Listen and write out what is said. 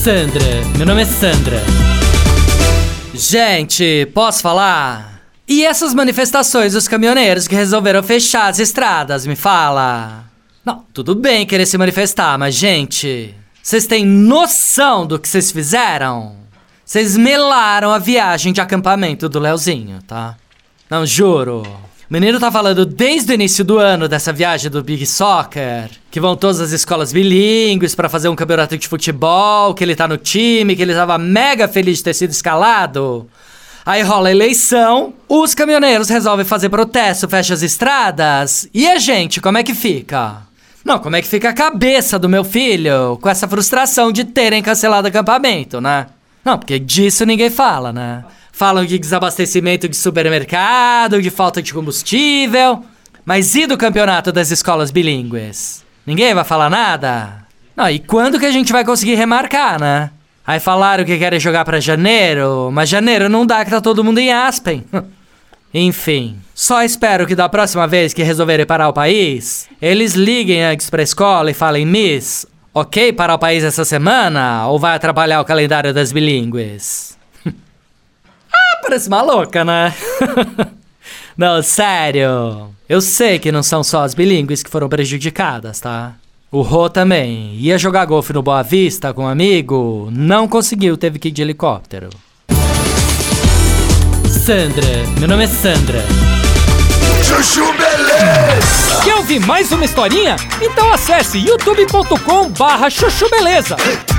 Sandra, meu nome é Sandra. Gente, posso falar? E essas manifestações dos caminhoneiros que resolveram fechar as estradas, me fala? Não, tudo bem querer se manifestar, mas gente, vocês têm noção do que vocês fizeram? Vocês melaram a viagem de acampamento do Leozinho, tá? Não, juro. O menino tá falando desde o início do ano dessa viagem do Big Soccer, que vão todas as escolas bilíngues pra fazer um campeonato de futebol, que ele tá no time, que ele tava mega feliz de ter sido escalado. Aí rola a eleição, os caminhoneiros resolvem fazer protesto, fecham as estradas, e a gente, como é que fica? Não, como é que fica a cabeça do meu filho com essa frustração de terem cancelado o acampamento, né? Não, porque disso ninguém fala, né? Falam de desabastecimento de supermercado, de falta de combustível. Mas e do campeonato das escolas bilíngues? Ninguém vai falar nada? Não, e quando que a gente vai conseguir remarcar, né? Aí falaram que querem jogar pra janeiro, mas janeiro não dá que tá todo mundo em Aspen. Enfim, só espero que da próxima vez que resolverem parar o país, eles liguem antes pra escola e falem: Miss, ok parar o país essa semana ou vai atrapalhar o calendário das bilíngues? Parece maluca, né? Não, sério. Eu sei que não são só as bilíngues que foram prejudicadas, tá? O Rô também. Ia jogar golfe no Boa Vista com um amigo, não conseguiu, teve que ir de helicóptero. Sandra, meu nome é Sandra. Chuchu Beleza! Quer ouvir mais uma historinha? Então acesse youtube.com/chuchubeleza.